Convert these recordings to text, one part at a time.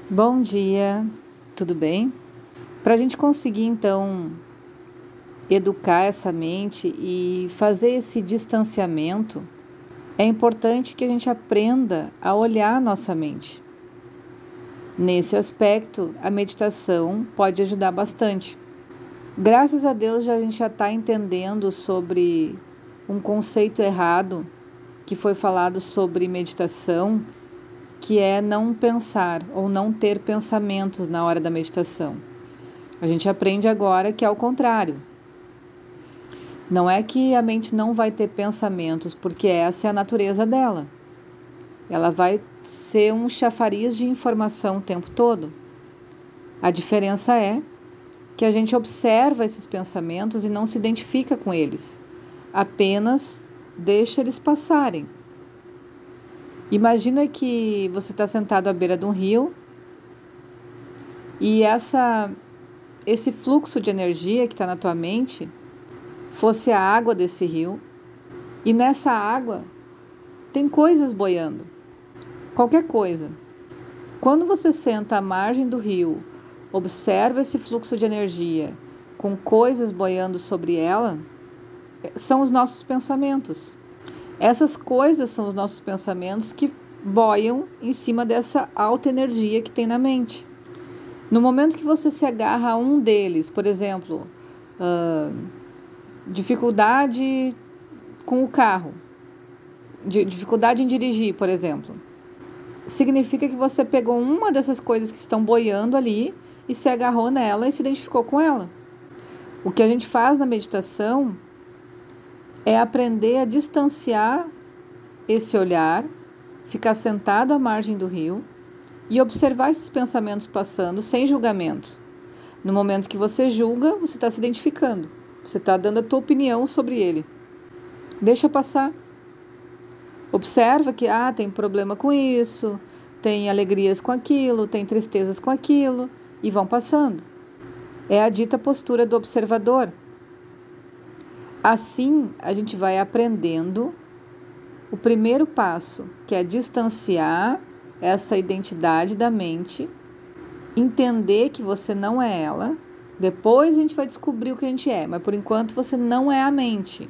Bom dia, tudo bem? Para a gente conseguir então educar essa mente e fazer esse distanciamento, é importante que a gente aprenda a olhar a nossa mente. Nesse aspecto, a meditação pode ajudar bastante. Graças a Deus a gente já está entendendo sobre um conceito errado que foi falado sobre meditação, que é não pensar ou não ter pensamentos na hora da meditação. A gente aprende agora que é o contrário. Não é que a mente não vai ter pensamentos, porque essa é a natureza dela. Ela vai ser um chafariz de informação o tempo todo. A diferença é que a gente observa esses pensamentos e não se identifica com eles. Apenas deixa eles passarem. Imagina que você está sentado à beira de um rio e esse fluxo de energia que está na tua mente fosse a água desse rio, e nessa água tem coisas boiando, qualquer coisa. Quando você senta à margem do rio, observa esse fluxo de energia com coisas boiando sobre ela, são os nossos pensamentos. Essas coisas são os nossos pensamentos que boiam em cima dessa alta energia que tem na mente. No momento que você se agarra a um deles, por exemplo, dificuldade com o carro, dificuldade em dirigir, por exemplo, significa que você pegou uma dessas coisas que estão boiando ali e se agarrou nela e se identificou com ela. O que a gente faz na meditação é aprender a distanciar esse olhar, ficar sentado à margem do rio e observar esses pensamentos passando sem julgamento. No momento que você julga, você está se identificando, você está dando a tua opinião sobre ele. Deixa passar. Observa que tem problema com isso, tem alegrias com aquilo, tem tristezas com aquilo, e vão passando. É a dita postura do observador. Assim, a gente vai aprendendo o primeiro passo, que é distanciar essa identidade da mente, entender que você não é ela. Depois a gente vai descobrir o que a gente é, mas por enquanto você não é a mente.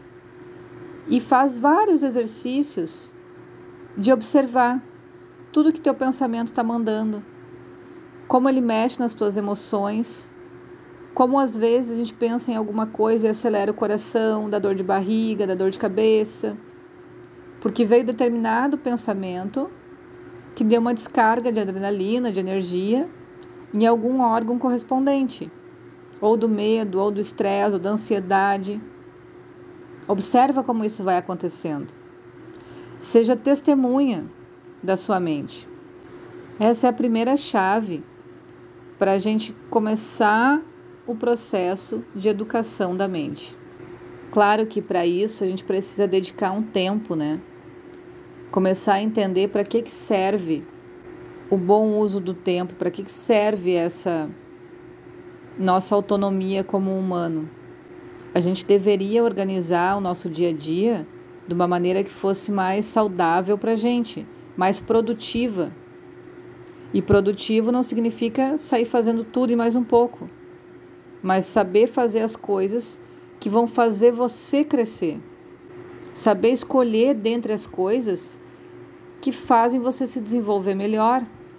E faz vários exercícios de observar tudo que teu pensamento está mandando, como ele mexe nas tuas emoções, como às vezes a gente pensa em alguma coisa e acelera o coração, dá dor de barriga, dá dor de cabeça, porque veio determinado pensamento que deu uma descarga de adrenalina, de energia, em algum órgão correspondente, ou do medo, ou do estresse, ou da ansiedade. Observa como isso vai acontecendo. Seja testemunha da sua mente. Essa é a primeira chave para a gente começar o processo de educação da mente. Claro que para isso a gente precisa dedicar um tempo, né? Começar a entender para que serve o bom uso do tempo, para que serve essa nossa autonomia como humano. A gente deveria organizar o nosso dia a dia de uma maneira que fosse mais saudável para a gente, mais produtiva. E produtivo não significa sair fazendo tudo e mais um pouco, mas saber fazer as coisas que vão fazer você crescer. Saber escolher dentre as coisas que fazem você se desenvolver melhor.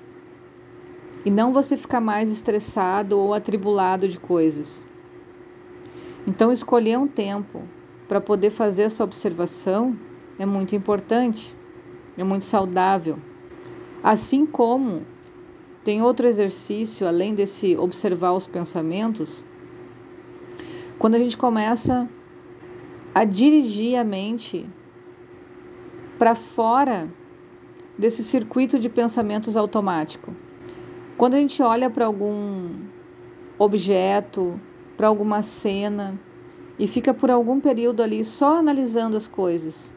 E não você ficar mais estressado ou atribulado de coisas. Então, escolher um tempo para poder fazer essa observação é muito importante, é muito saudável. Assim como tem outro exercício, além desse observar os pensamentos, quando a gente começa a dirigir a mente para fora desse circuito de pensamentos automático. Quando a gente olha para algum objeto, para alguma cena e fica por algum período ali só analisando as coisas.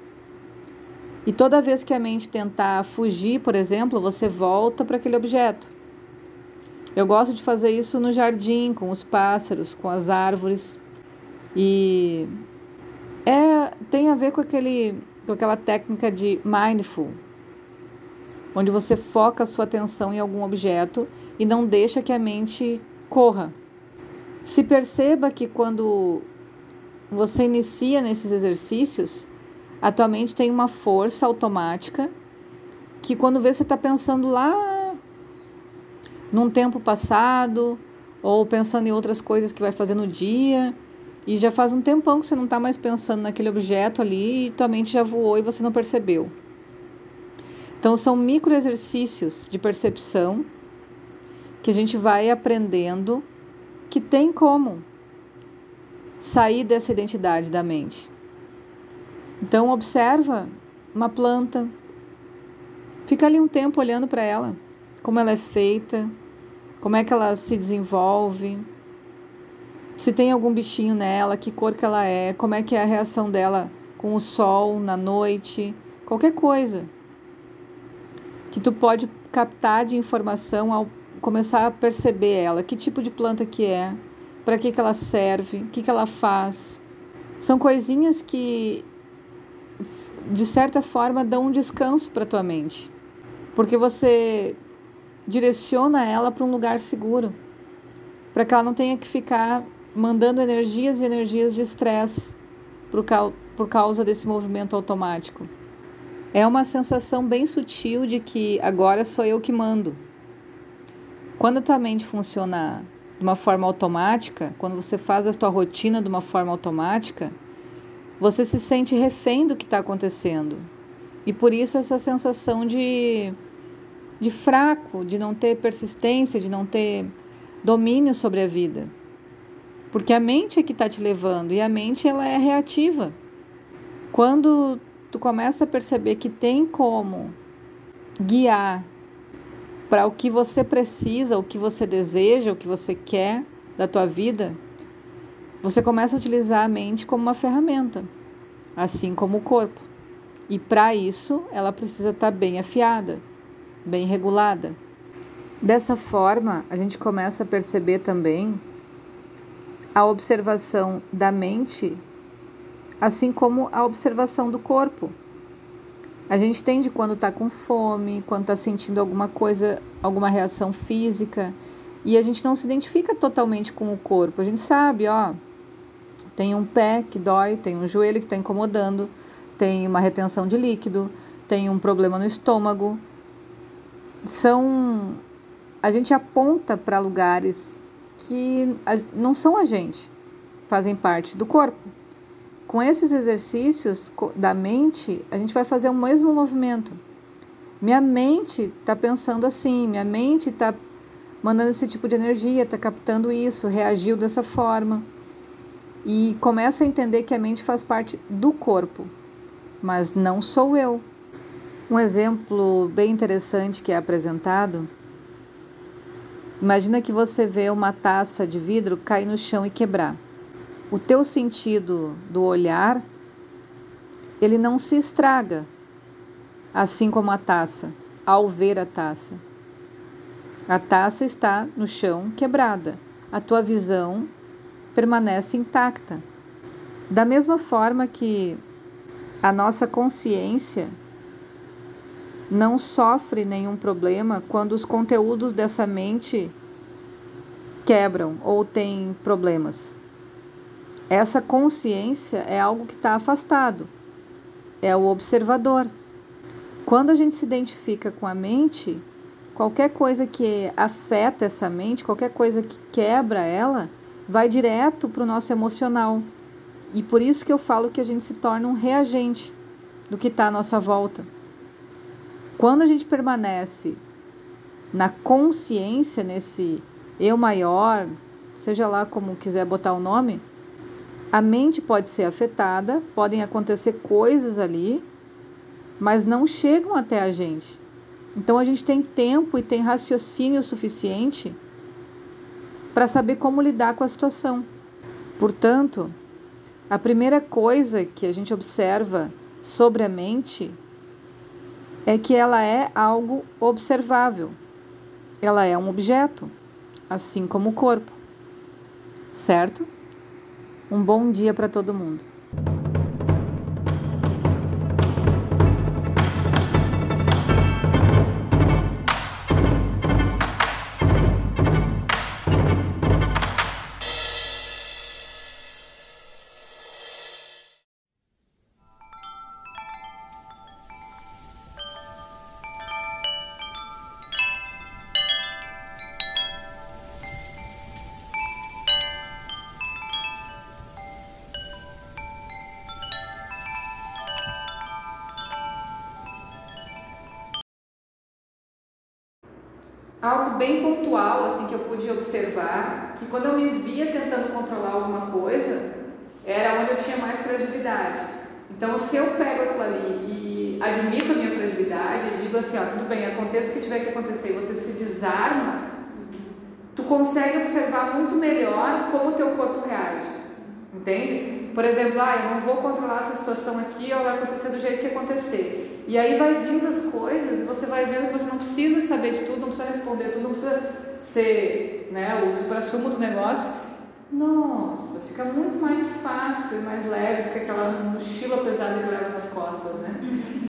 E toda vez que a mente tentar fugir, por exemplo, você volta para aquele objeto. Eu gosto de fazer isso no jardim, com os pássaros, com as árvores. E tem a ver com aquela técnica de mindful, onde você foca a sua atenção em algum objeto e não deixa que a mente corra. Se perceba que quando você inicia nesses exercícios, a tua mente tem uma força automática que quando vê você está pensando lá num tempo passado ou pensando em outras coisas que vai fazer no dia e já faz um tempão que você não está mais pensando naquele objeto ali e tua mente já voou e você não percebeu. Então são micro exercícios de percepção que a gente vai aprendendo que tem como sair dessa identidade da mente. Então observa uma planta, fica ali um tempo olhando para ela, como ela é feita, como é que ela se desenvolve, se tem algum bichinho nela, que cor que ela é, como é que é a reação dela com o sol na noite, qualquer coisa que tu pode captar de informação ao começar a perceber ela, que tipo de planta que é, para que ela serve, o que ela faz. São coisinhas que, de certa forma, dão um descanso para tua mente, porque você direciona ela para um lugar seguro, para que ela não tenha que ficar mandando energias e energias de estresse por causa desse movimento automático. É uma sensação bem sutil de que agora sou eu que mando. Quando a tua mente funciona de uma forma automática, quando você faz a tua rotina de uma forma automática, você se sente refém do que está acontecendo. E por isso essa sensação de fraco, de não ter persistência, de não ter domínio sobre a vida. Porque a mente é que está te levando e a mente ela é reativa. Quando tu começa a perceber que tem como guiar para o que você precisa, o que você deseja, o que você quer da tua vida, você começa a utilizar a mente como uma ferramenta, assim como o corpo. E para isso, ela precisa estar bem afiada, bem regulada. Dessa forma, a gente começa a perceber também a observação da mente, assim como a observação do corpo. A gente entende quando está com fome, quando está sentindo alguma coisa, alguma reação física, e a gente não se identifica totalmente com o corpo. A gente sabe, tem um pé que dói, tem um joelho que está incomodando, tem uma retenção de líquido, tem um problema no estômago. A gente aponta para lugares que não são a gente, fazem parte do corpo. Com esses exercícios da mente, a gente vai fazer o mesmo movimento. Minha mente está pensando assim, minha mente está mandando esse tipo de energia, está captando isso, reagiu dessa forma. E começa a entender que a mente faz parte do corpo, mas não sou eu. Um exemplo bem interessante que é apresentado, imagina que você vê uma taça de vidro cair no chão e quebrar. O teu sentido do olhar, ele não se estraga, assim como a taça, ao ver a taça. A taça está no chão quebrada, a tua visão permanece intacta. Da mesma forma que a nossa consciência não sofre nenhum problema quando os conteúdos dessa mente quebram ou têm problemas. Essa consciência é algo que está afastado, é o observador. Quando a gente se identifica com a mente, qualquer coisa que afeta essa mente, qualquer coisa que quebra ela, vai direto para o nosso emocional. E por isso que eu falo que a gente se torna um reagente do que está à nossa volta. Quando a gente permanece na consciência, nesse eu maior, seja lá como quiser botar o nome, a mente pode ser afetada, podem acontecer coisas ali, mas não chegam até a gente. Então a gente tem tempo e tem raciocínio suficiente para saber como lidar com a situação. Portanto, a primeira coisa que a gente observa sobre a mente é que ela é algo observável. Ela é um objeto, assim como o corpo. Certo? Um bom dia para todo mundo. algo bem pontual, assim, que eu pude observar, que quando eu me via tentando controlar alguma coisa, era onde eu tinha mais fragilidade. Então, se eu pego aquilo ali e admito a minha fragilidade, e digo assim, ó, tudo bem, aconteça o que tiver que acontecer, você se desarma, tu consegue observar muito melhor como o teu corpo reage, entende? Por exemplo, eu não vou controlar essa situação aqui, ela vai acontecer do jeito que acontecer. E aí vai vindo as coisas, você vai vendo que você não precisa saber de tudo, não precisa responder tudo, não precisa ser, né, o suprassumo do negócio. Nossa, fica muito mais fácil, mais leve do que aquela mochila pesada que leva nas costas, né?